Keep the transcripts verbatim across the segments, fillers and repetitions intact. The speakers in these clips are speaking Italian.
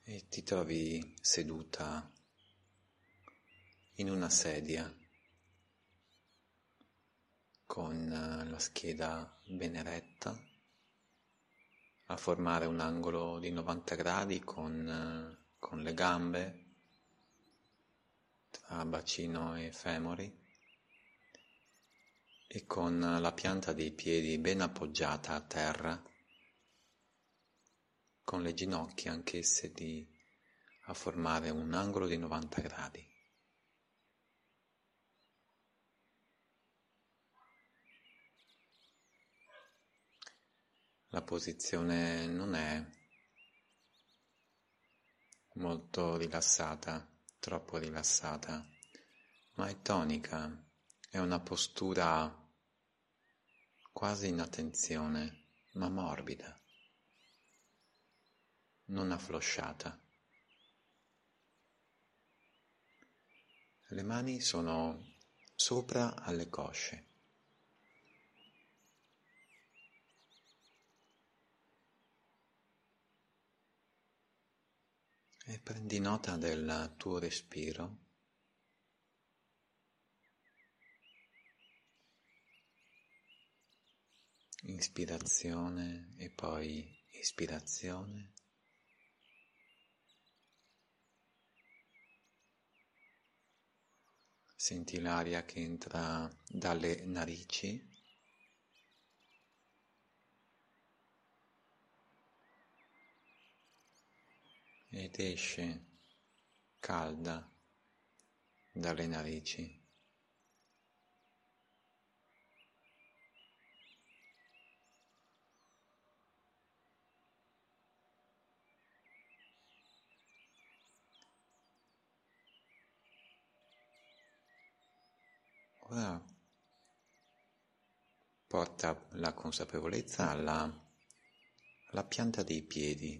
e ti trovi seduta in una sedia con la scheda ben eretta a formare un angolo di novanta gradi con, con le gambe tra bacino e femori e con la pianta dei piedi ben appoggiata a terra, con le ginocchia anch'esse di, a formare un angolo di novanta gradi. La posizione non è molto rilassata, troppo rilassata, ma è tonica, è una postura quasi in attenzione, ma morbida, non afflosciata. Le mani sono sopra alle cosce. E prendi nota del tuo respiro. Inspirazione e poi espirazione. Senti l'aria che entra dalle narici ed esce calda dalle narici. Ora porta la consapevolezza alla, alla pianta dei piedi.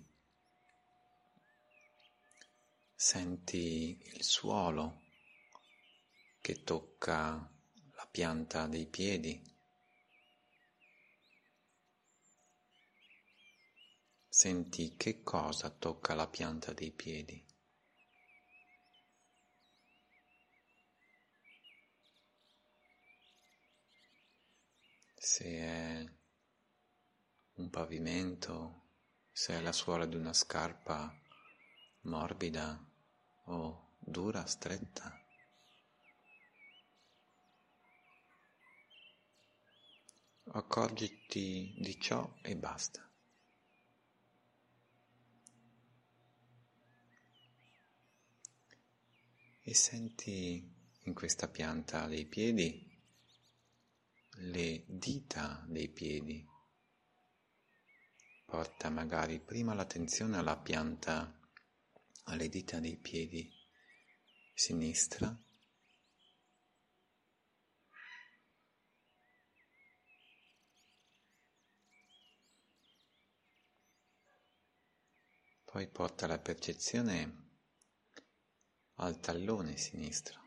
Senti il suolo che tocca la pianta dei piedi. Senti che cosa tocca la pianta dei piedi. Se è un pavimento, se è la suola di una scarpa morbida o dura, stretta. Accorgiti di ciò e basta. E senti in questa pianta dei piedi le dita dei piedi. Porta magari prima l'attenzione alla pianta, alle dita dei piedi sinistra, poi porta la percezione al tallone sinistro.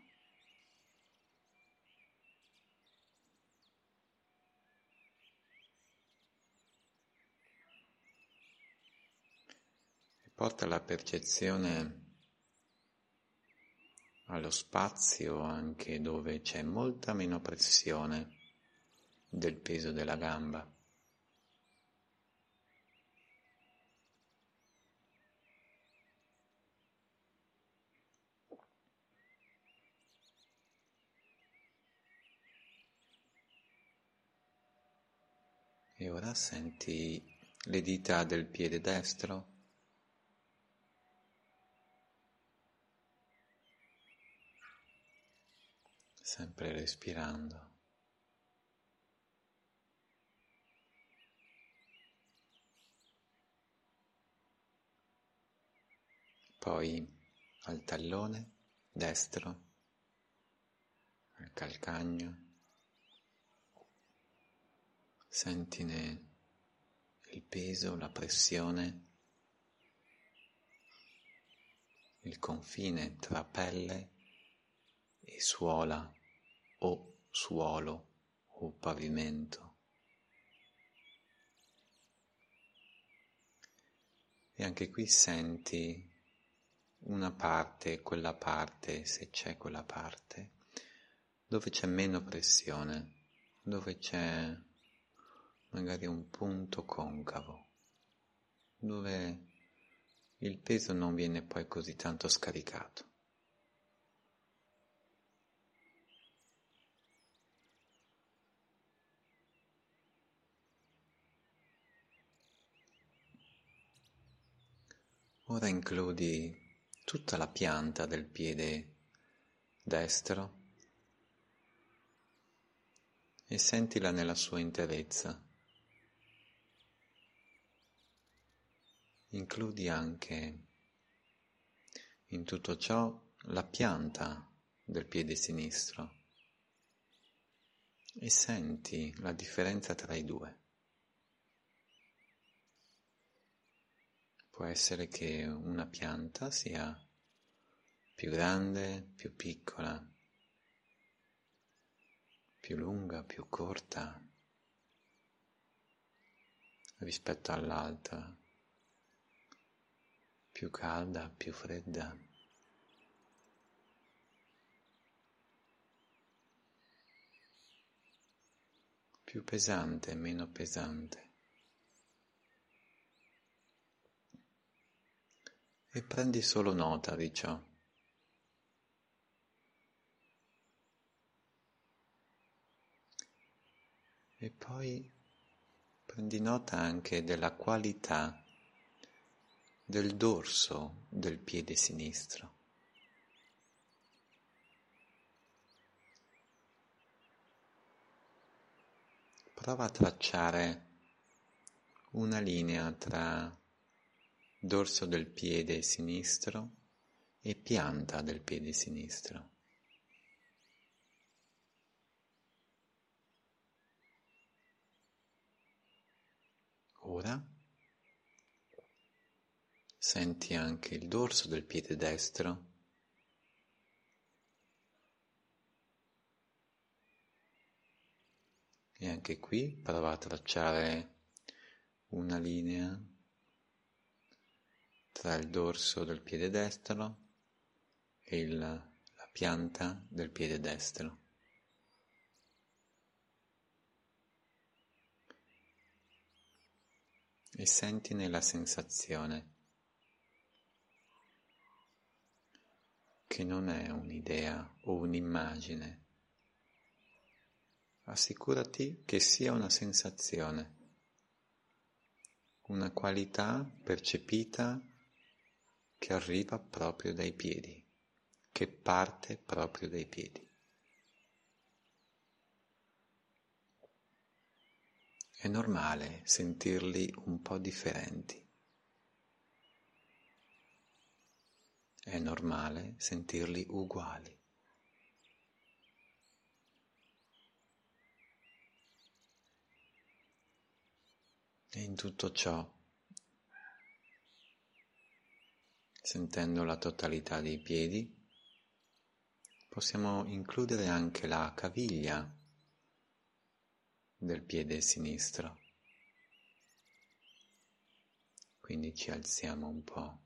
E porta la percezione allo spazio anche dove c'è molta meno pressione del peso della gamba. E ora senti le dita del piede destro. Sempre respirando. Poi al tallone destro, al calcagno. Sentine il peso, la pressione, il confine tra pelle e suola o suolo o pavimento. E anche qui senti una parte, quella parte, se c'è quella parte, dove c'è meno pressione, dove c'è magari un punto concavo, dove il peso non viene poi così tanto scaricato. Ora includi tutta la pianta del piede destro e sentila nella sua interezza. Includi anche in tutto ciò la pianta del piede sinistro e senti la differenza tra i due. Può essere che una pianta sia più grande, più piccola, più lunga, più corta rispetto all'altra, più calda, più fredda. Più pesante, meno pesante. E prendi solo nota di ciò. E poi prendi nota anche della qualità del dorso del piede sinistro. Prova a tracciare una linea tra dorso del piede sinistro e pianta del piede sinistro. Ora senti anche il dorso del piede destro e anche qui prova a tracciare una linea tra il dorso del piede destro e il, la pianta del piede destro. E sentine la sensazione che non è un'idea o un'immagine. Assicurati che sia una sensazione, una qualità percepita che arriva proprio dai piedi, che parte proprio dai piedi. È normale sentirli un po' differenti. È normale sentirli uguali. E in tutto ciò, sentendo la totalità dei piedi, possiamo includere anche la caviglia del piede sinistro. Quindi ci alziamo un po'.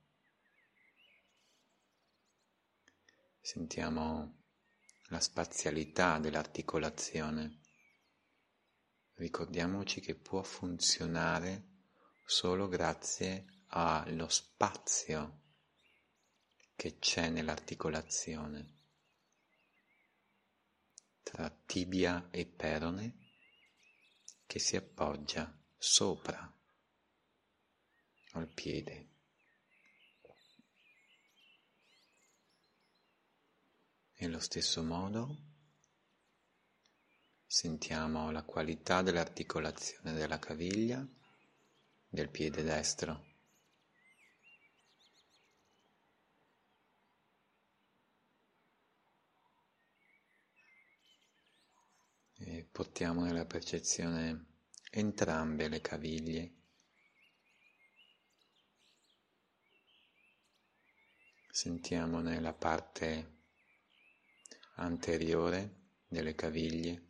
Sentiamo la spazialità dell'articolazione. Ricordiamoci che può funzionare solo grazie allo spazio che c'è nell'articolazione tra tibia e perone che si appoggia sopra al piede. Nello stesso modo sentiamo la qualità dell'articolazione della caviglia del piede destro. E portiamo nella percezione entrambe le caviglie. Sentiamo nella parte anteriore delle caviglie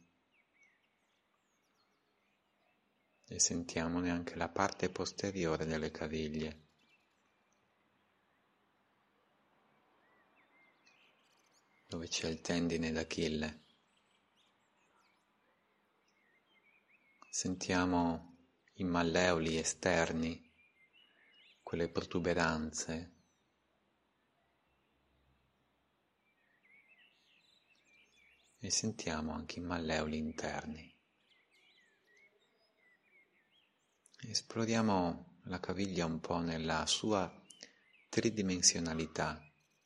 e sentiamone anche la parte posteriore delle caviglie. dove c'è il tendine d'Achille. Sentiamo i malleoli esterni, quelle protuberanze. E sentiamo anche i malleoli interni. Esploriamo la caviglia un po' nella sua tridimensionalità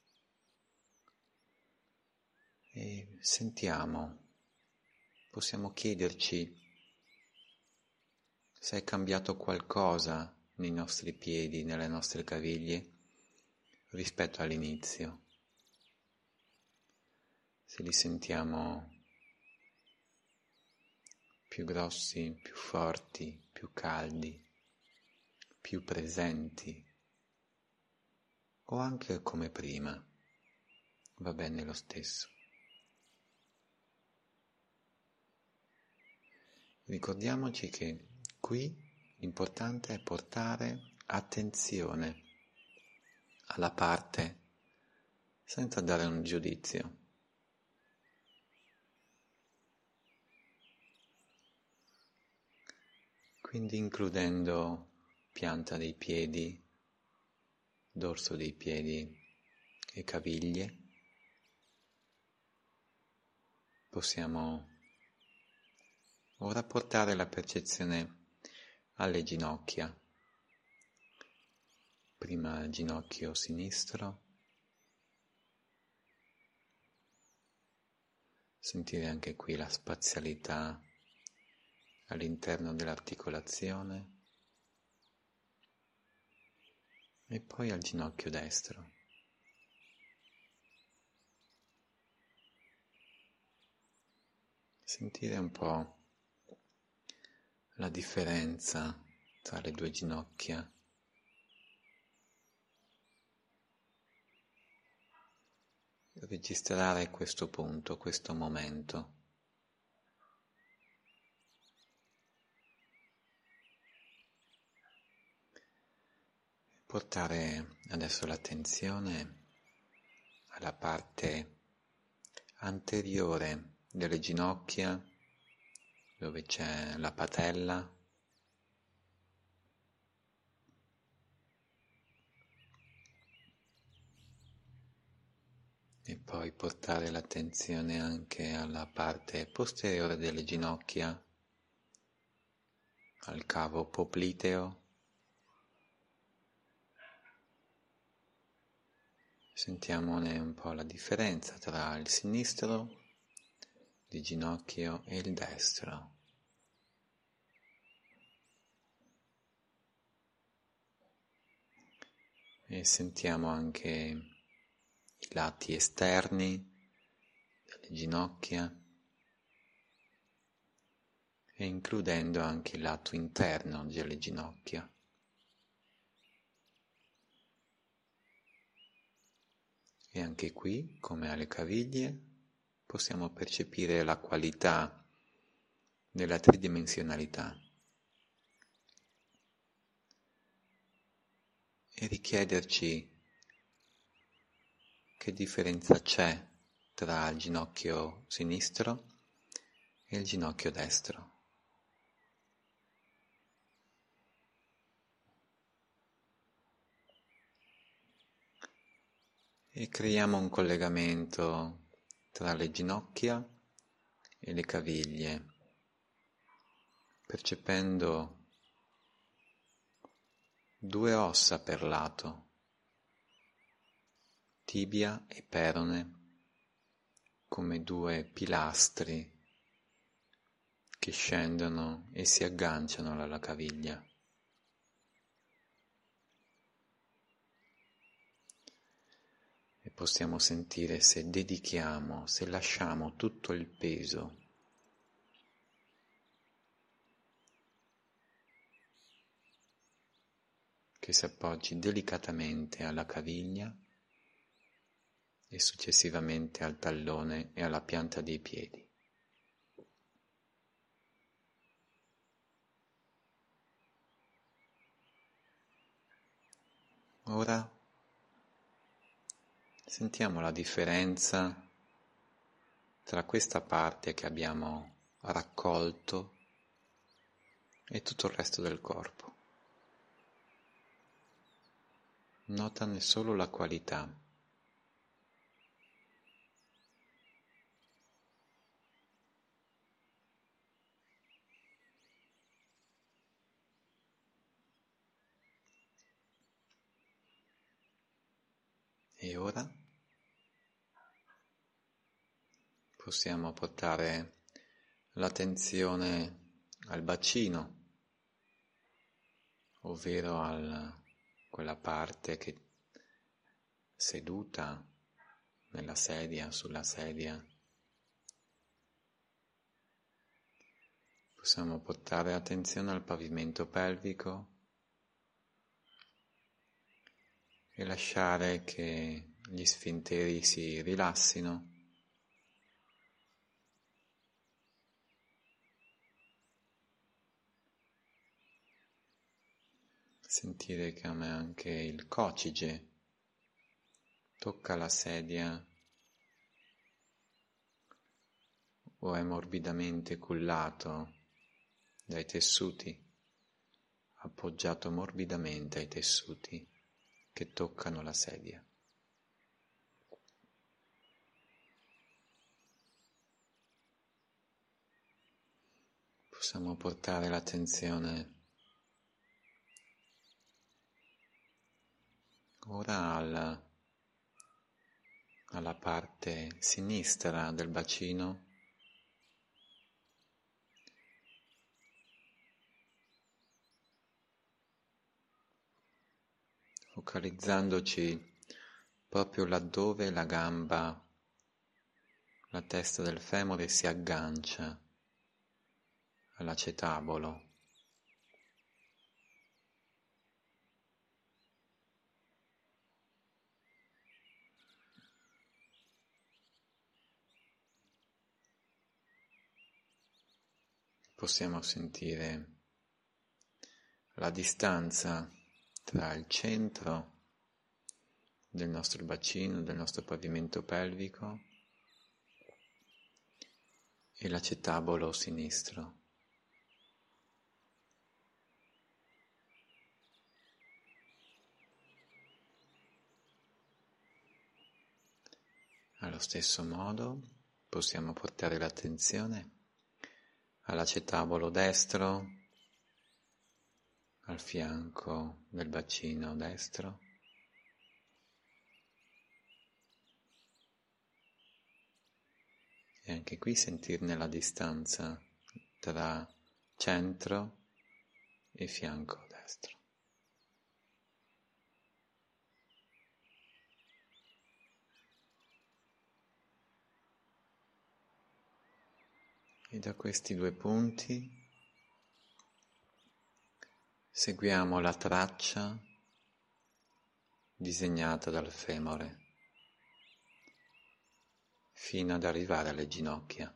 e sentiamo, possiamo chiederci se è cambiato qualcosa nei nostri piedi, nelle nostre caviglie rispetto all'inizio. Se li sentiamo più grossi, più forti, più caldi, più presenti, o anche come prima, va bene lo stesso. Ricordiamoci che qui l'importante è portare attenzione alla parte senza dare un giudizio. Quindi includendo pianta dei piedi, dorso dei piedi e caviglie, possiamo ora portare la percezione alle ginocchia. Prima il ginocchio sinistro, sentire anche qui la spazialità all'interno dell'articolazione. E poi al ginocchio destro. Sentire un po' la differenza tra le due ginocchia. Registrare questo punto, questo momento. Portare adesso l'attenzione alla parte anteriore delle ginocchia, dove c'è la patella, e poi portare l'attenzione anche alla parte posteriore delle ginocchia, al cavo popliteo. Sentiamone un po' la differenza tra il sinistro di ginocchio e il destro. E sentiamo anche i lati esterni delle ginocchia e includendo anche il lato interno delle ginocchia. E anche qui, come alle caviglie, possiamo percepire la qualità della tridimensionalità e richiederci che differenza c'è tra il ginocchio sinistro e il ginocchio destro. E creiamo un collegamento tra le ginocchia e le caviglie, percependo due ossa per lato, tibia e perone, come due pilastri che scendono e si agganciano alla caviglia. E possiamo sentire se dedichiamo, se lasciamo tutto il peso che si appoggi delicatamente alla caviglia e successivamente al tallone e alla pianta dei piedi. Ora sentiamo la differenza tra questa parte che abbiamo raccolto e tutto il resto del corpo. Notane solo la qualità. E ora possiamo portare l'attenzione al bacino, ovvero a quella parte che seduta nella sedia, sulla sedia. Possiamo portare attenzione al pavimento pelvico e lasciare che gli sfinteri si rilassino. Sentire come anche il coccige tocca la sedia o è morbidamente cullato dai tessuti, appoggiato morbidamente ai tessuti che toccano la sedia. Possiamo portare l'attenzione ora alla, alla parte sinistra del bacino, focalizzandoci proprio laddove la gamba, la testa del femore si aggancia all'acetabolo. Possiamo sentire la distanza tra il centro del nostro bacino, del nostro pavimento pelvico e l'acetabolo sinistro. Allo stesso modo possiamo portare l'attenzione all'acetabolo destro, al fianco del bacino destro, e anche qui sentirne la distanza tra centro e fianco destro. E da questi due punti seguiamo la traccia disegnata dal femore fino ad arrivare alle ginocchia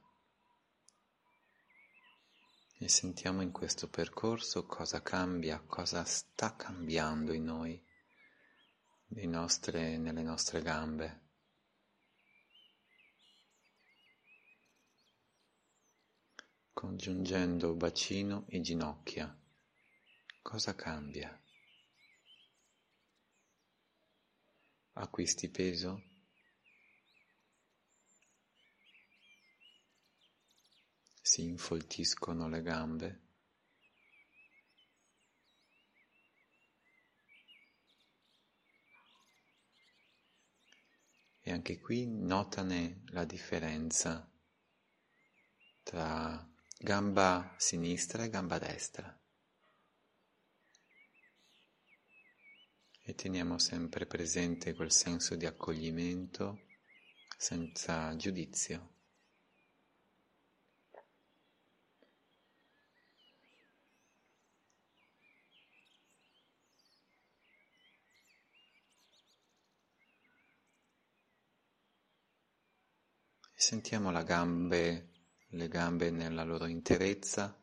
e sentiamo in questo percorso cosa cambia, cosa sta cambiando in noi, nei nostre, nelle nostre gambe. Congiungendo bacino e ginocchia, cosa cambia? Acquisti peso? Si infoltiscono le gambe? E anche qui notane la differenza tra gamba sinistra e gamba destra. E teniamo sempre presente quel senso di accoglimento senza giudizio. E sentiamo la gambe, le gambe nella loro interezza,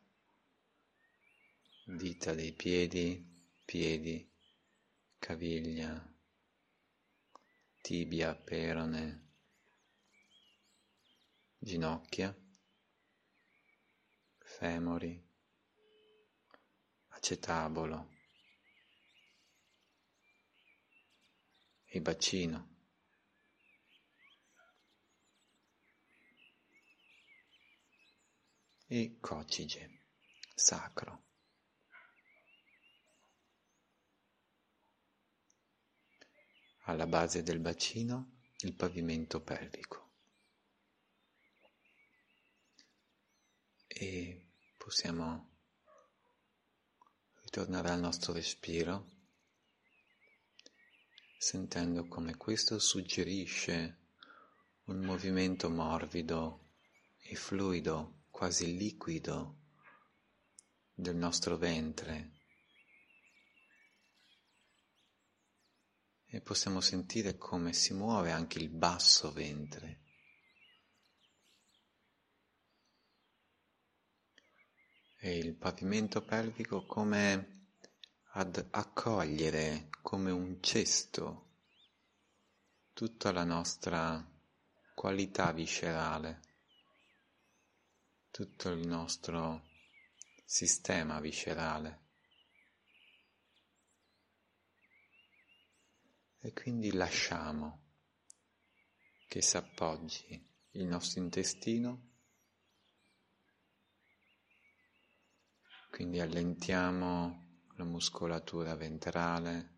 dita dei piedi, piedi, caviglia, tibia, perone, ginocchia, femori, acetabolo e bacino. E coccige, sacro. Alla base del bacino il pavimento pelvico. E possiamo ritornare al nostro respiro, sentendo come questo suggerisce un movimento morbido e fluido, quasi liquido, del nostro ventre. E possiamo sentire come si muove anche il basso ventre. E il pavimento pelvico come ad accogliere, come un cesto, tutta la nostra qualità viscerale, tutto il nostro sistema viscerale. E quindi lasciamo che si appoggi il nostro intestino, quindi allentiamo la muscolatura ventrale,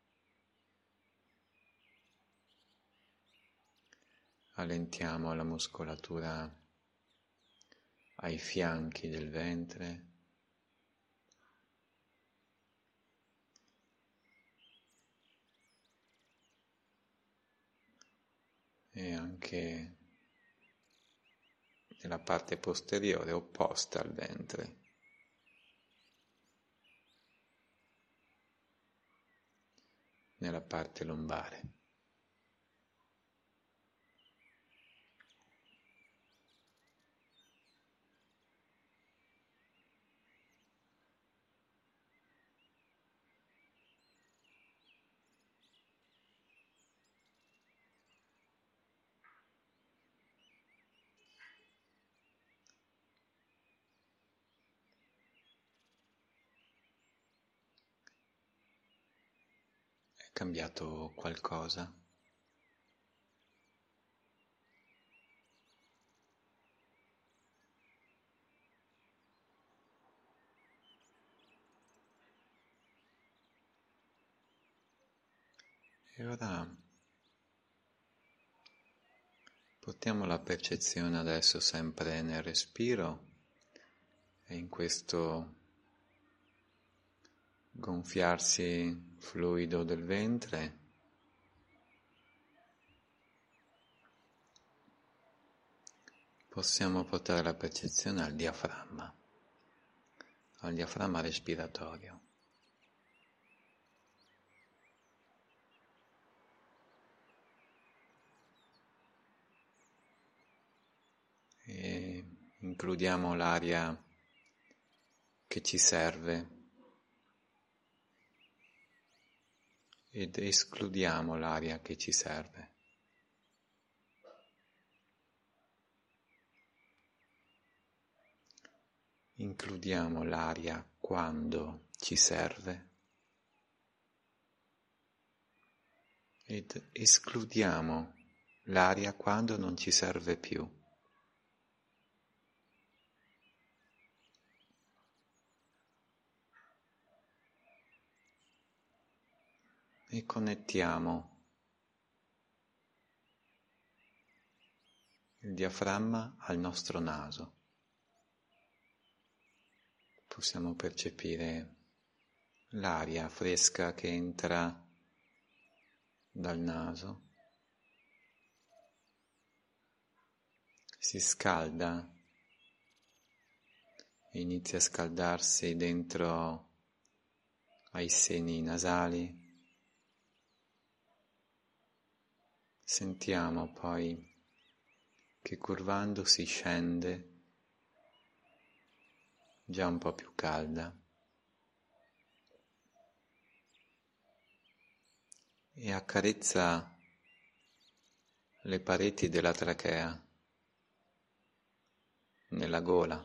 allentiamo la muscolatura ai fianchi del ventre, e anche nella parte posteriore opposta al ventre. Nella parte lombare. È cambiato qualcosa? E ora portiamo la percezione adesso sempre nel respiro e in questo gonfiarsi fluido del ventre. Possiamo portare la percezione al diaframma, al diaframma respiratorio. E includiamo l'aria che ci serve ed escludiamo l'aria che ci serve. Includiamo l'aria quando ci serve ed escludiamo l'aria quando non ci serve più. E connettiamo il diaframma al nostro naso. Possiamo percepire l'aria fresca che entra dal naso, si scalda e inizia a scaldarsi dentro ai seni nasali. Sentiamo poi che curvandosi scende, già un po' più calda, e accarezza le pareti della trachea, nella gola.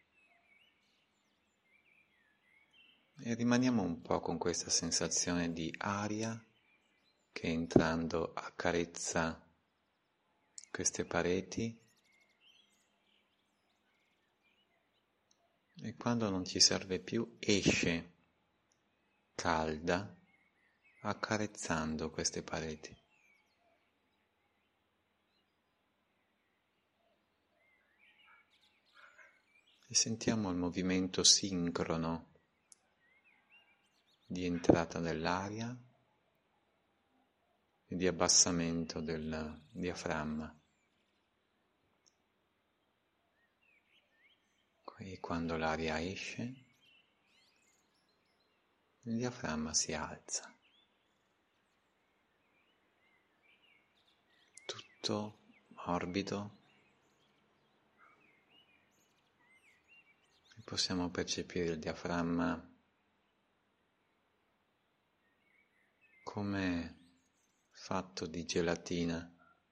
E rimaniamo un po' con questa sensazione di aria che entrando accarezza queste pareti e quando non ci serve più esce calda accarezzando queste pareti. E sentiamo il movimento sincrono di entrata dell'aria e di abbassamento del diaframma. E quando l'aria esce, il diaframma si alza. Tutto morbido. E possiamo percepire il diaframma come fatto di gelatina.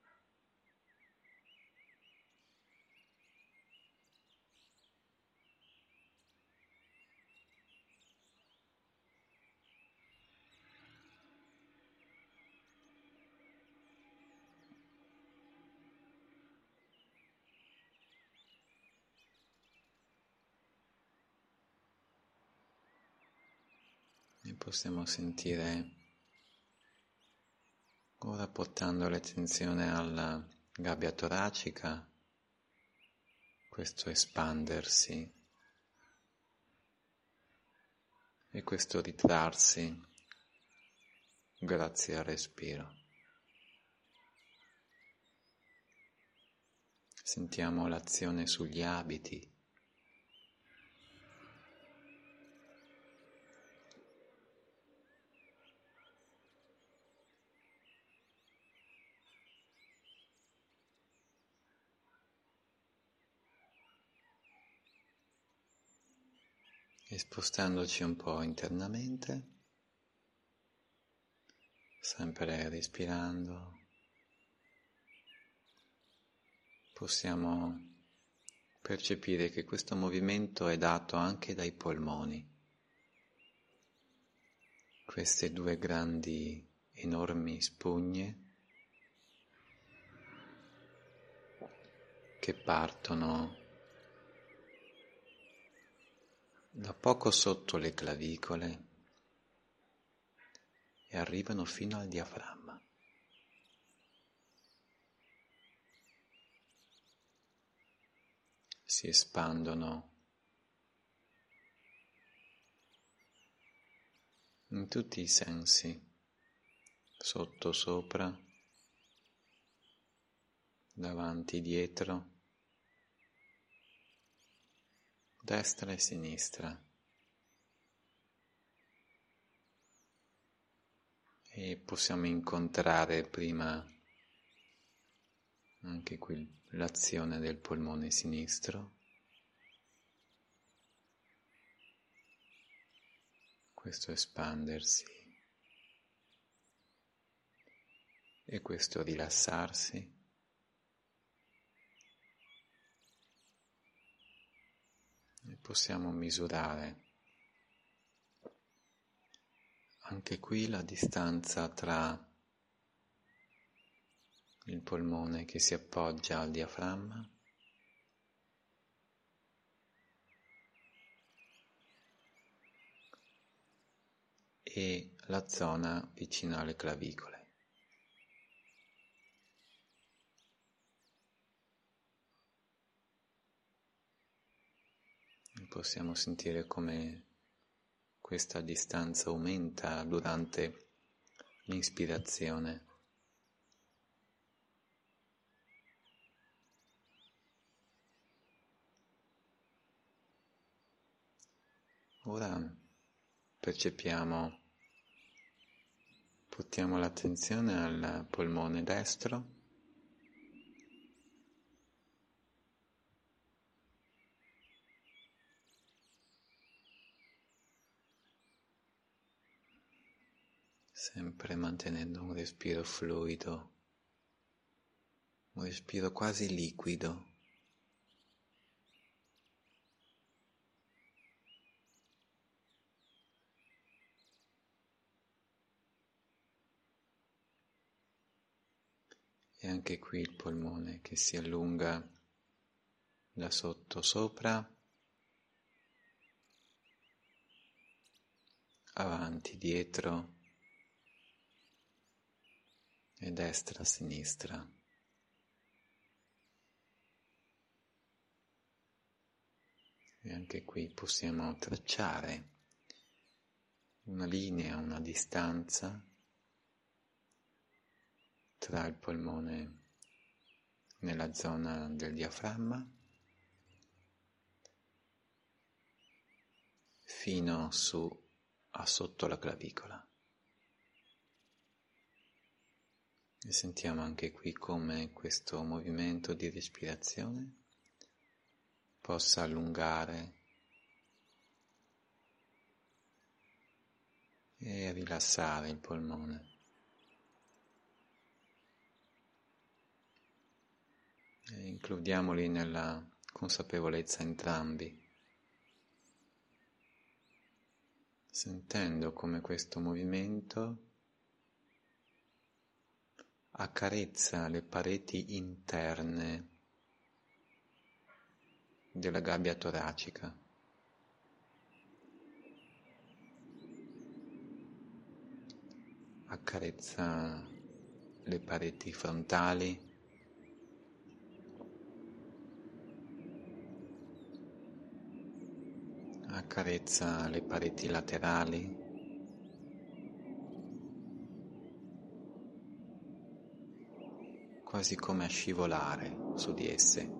E possiamo sentire, ora portando l'attenzione alla gabbia toracica, questo espandersi e questo ritrarsi grazie al respiro. Sentiamo l'azione sugli abiti. E spostandoci un po' internamente, sempre respirando, possiamo percepire che questo movimento è dato anche dai polmoni. Queste due grandi, enormi spugne che partono da poco sotto le clavicole e arrivano fino al diaframma. Si espandono in tutti i sensi, sotto, sopra, davanti, dietro, destra e sinistra. E possiamo incontrare prima anche qui l'azione del polmone sinistro, questo espandersi e questo rilassarsi. E possiamo misurare anche qui la distanza tra il polmone che si appoggia al diaframma e la zona vicina alle clavicole. E possiamo sentire come questa distanza aumenta durante l'inspirazione. Ora percepiamo, portiamo l'attenzione al polmone destro sempre mantenendo un respiro fluido, un respiro quasi liquido. E anche qui il polmone che si allunga da sotto sopra, avanti, dietro e destra, sinistra. E anche qui possiamo tracciare una linea, una distanza tra il polmone nella zona del diaframma fino su a sotto la clavicola. E sentiamo anche qui come questo movimento di respirazione possa allungare e rilassare il polmone. E includiamoli nella consapevolezza entrambi, sentendo come questo movimento accarezza le pareti interne della gabbia toracica. Accarezza le pareti frontali, accarezza le pareti laterali, quasi come a scivolare su di esse.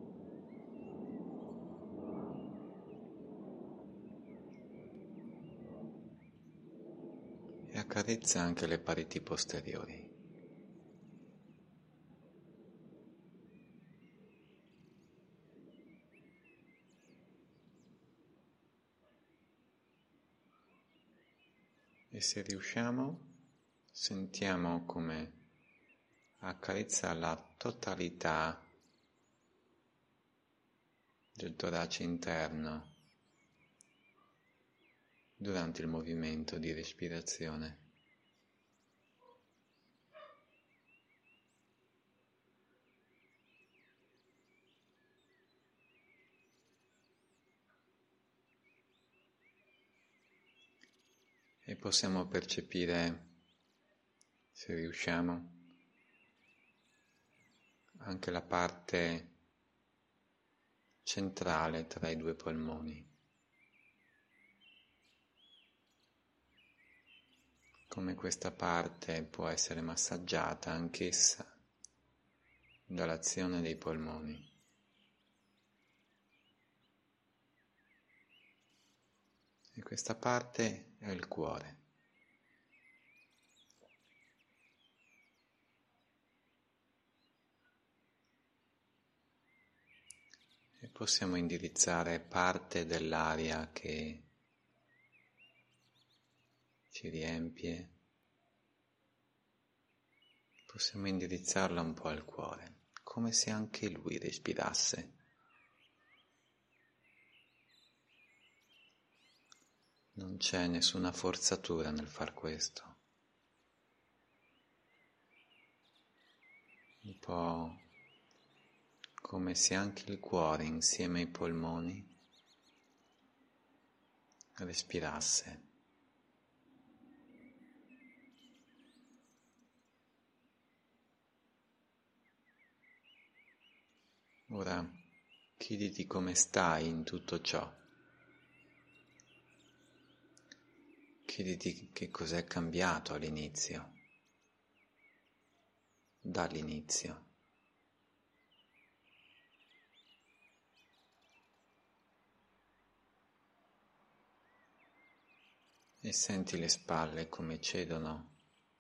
E accarezza anche le pareti posteriori. E se riusciamo, sentiamo come accarezza la totalità del torace interno durante il movimento di respirazione. E possiamo percepire, se riusciamo, anche la parte centrale tra i due polmoni, come questa parte può essere massaggiata anch'essa dall'azione dei polmoni. E questa parte è il cuore. E possiamo indirizzare parte dell'aria che ci riempie, possiamo indirizzarla un po' al cuore, come se anche lui respirasse. Non c'è nessuna forzatura nel far questo. Un po' come se anche il cuore insieme ai polmoni respirasse. Ora chiediti come stai in tutto ciò. Chiediti che cos'è cambiato all'inizio, dall'inizio. E senti le spalle come cedono,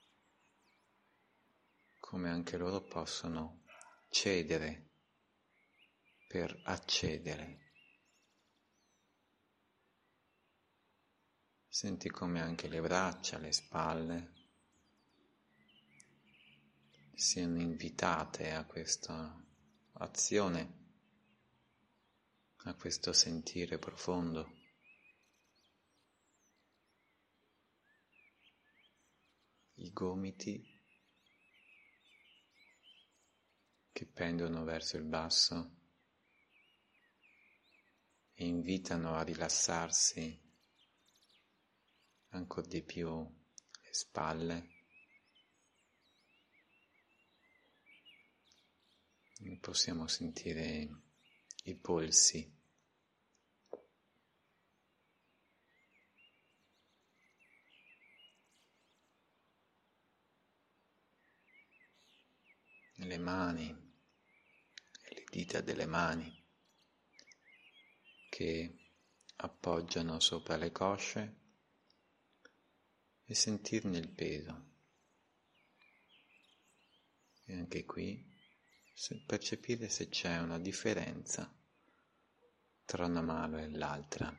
come anche loro possono cedere per accedere. Senti come anche le braccia, le spalle siano invitate a questa azione, a questo sentire profondo. I gomiti che pendono verso il basso e invitano a rilassarsi ancora di più le spalle. Possiamo sentire i polsi. Le mani, le dita delle mani che appoggiano sopra le cosce e sentirne il peso. E anche qui percepire se c'è una differenza tra una mano e l'altra.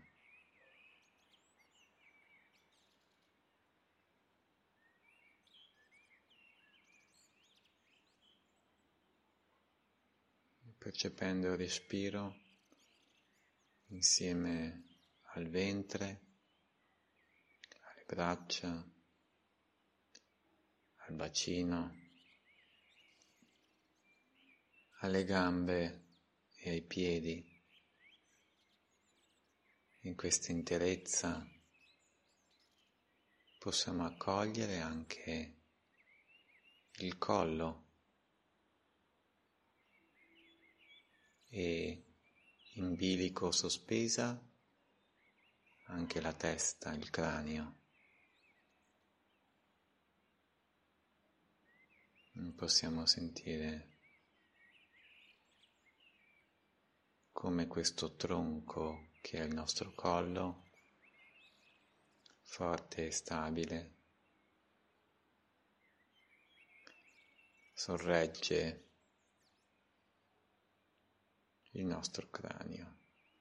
Percependo il respiro insieme al ventre, alle braccia, al bacino, alle gambe e ai piedi. In questa interezza possiamo accogliere anche il collo e in bilico sospesa anche la testa, il cranio. Possiamo sentire come questo tronco che è il nostro collo, forte e stabile, sorregge il nostro cranio.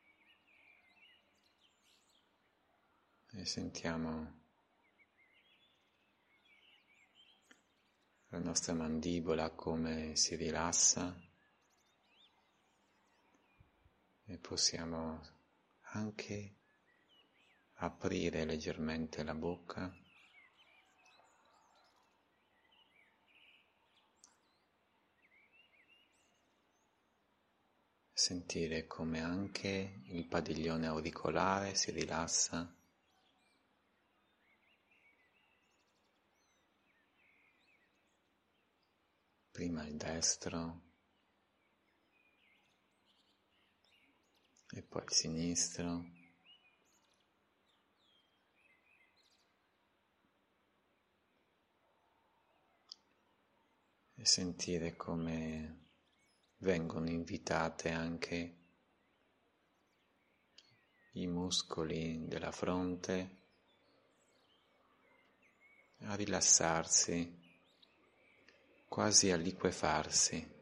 E sentiamo la nostra mandibola come si rilassa e possiamo anche aprire leggermente la bocca sentire come anche il padiglione auricolare si rilassa. Prima il destro e poi il sinistro. E sentire come vengono invitate anche i muscoli della fronte a rilassarsi, quasi a liquefarsi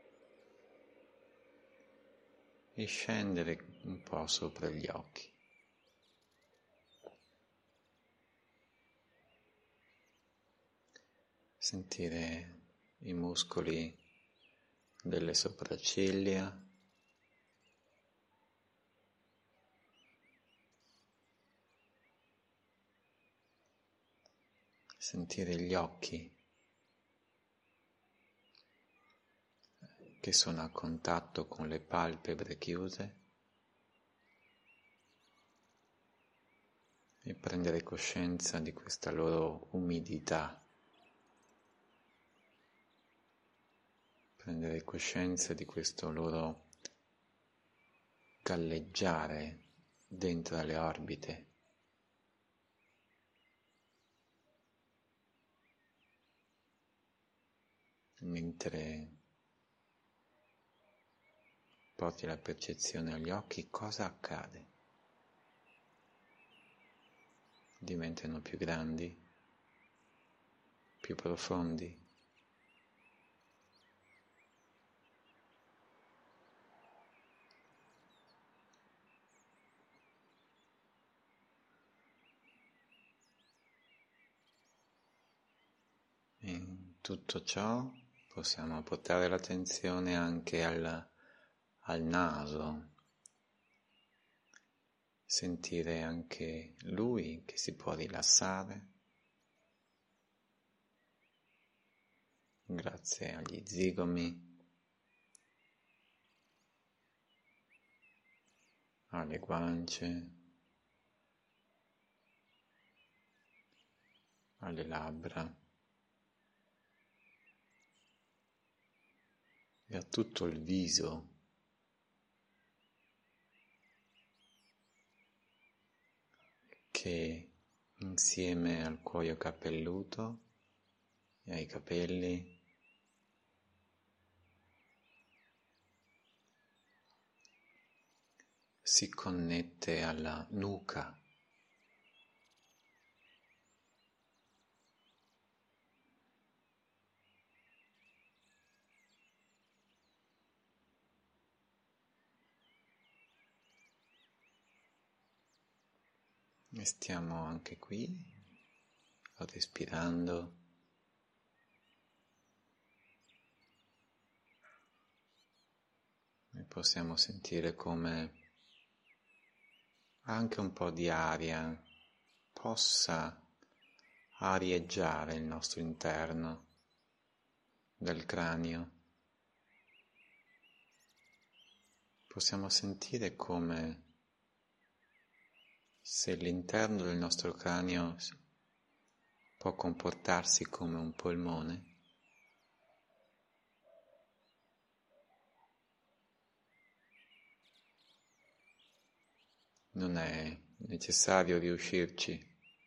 e scendere un po' sopra gli occhi. Sentire i muscoli delle sopracciglia, sentire gli occhi che sono a contatto con le palpebre chiuse e prendere coscienza di questa loro umidità, prendere coscienza di questo loro galleggiare dentro le orbite. Mentre porti la percezione agli occhi, cosa accade? Diventano più grandi, più profondi. In tutto ciò possiamo portare l'attenzione anche al, al naso, sentire anche lui che si può rilassare grazie agli zigomi, alle guance, alle labbra e a tutto il viso. Che insieme al cuoio capelluto e ai capelli si connette alla nuca. E stiamo anche qui, respirando. E possiamo sentire come anche un po' di aria possa arieggiare il nostro interno del cranio. Possiamo sentire come se l'interno del nostro cranio può comportarsi come un polmone, non è necessario riuscirci.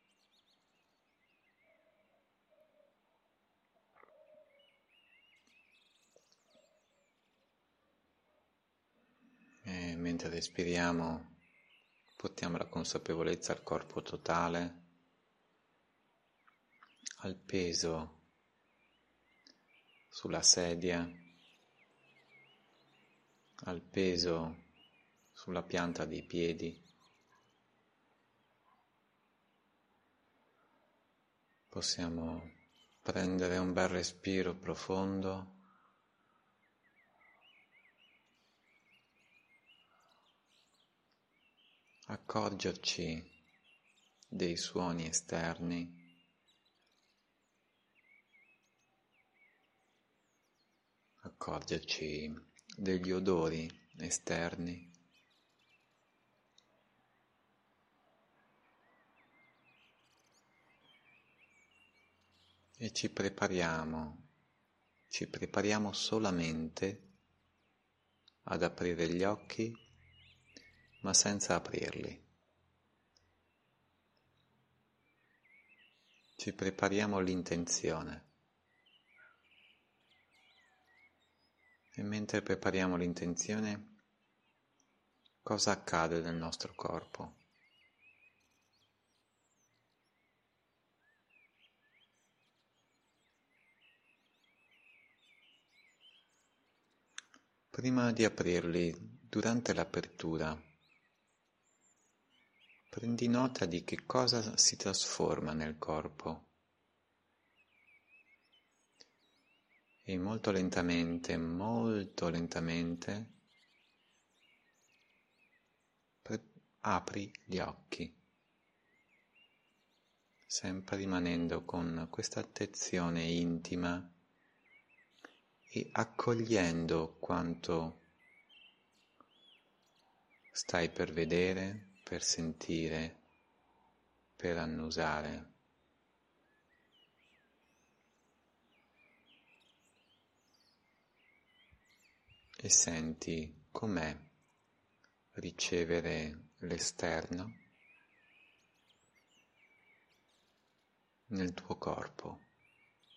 E mentre respiriamo portiamo la consapevolezza al corpo totale, al peso sulla sedia, al peso sulla pianta dei piedi. Possiamo prendere un bel respiro profondo. Accorgerci dei suoni esterni, accorgerci degli odori esterni e ci prepariamo, ci prepariamo solamente ad aprire gli occhi, ma senza aprirli. Ci prepariamo l'intenzione. E mentre prepariamo l'intenzione, cosa accade nel nostro corpo? Prima di aprirli, durante l'apertura, prendi nota di che cosa si trasforma nel corpo e molto lentamente, molto lentamente pre- apri gli occhi, sempre rimanendo con questa attenzione intima e accogliendo quanto stai per vedere, per sentire, per annusare. E senti com'è ricevere l'esterno nel tuo corpo,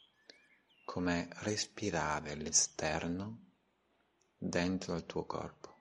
com'è respirare l'esterno dentro il tuo corpo.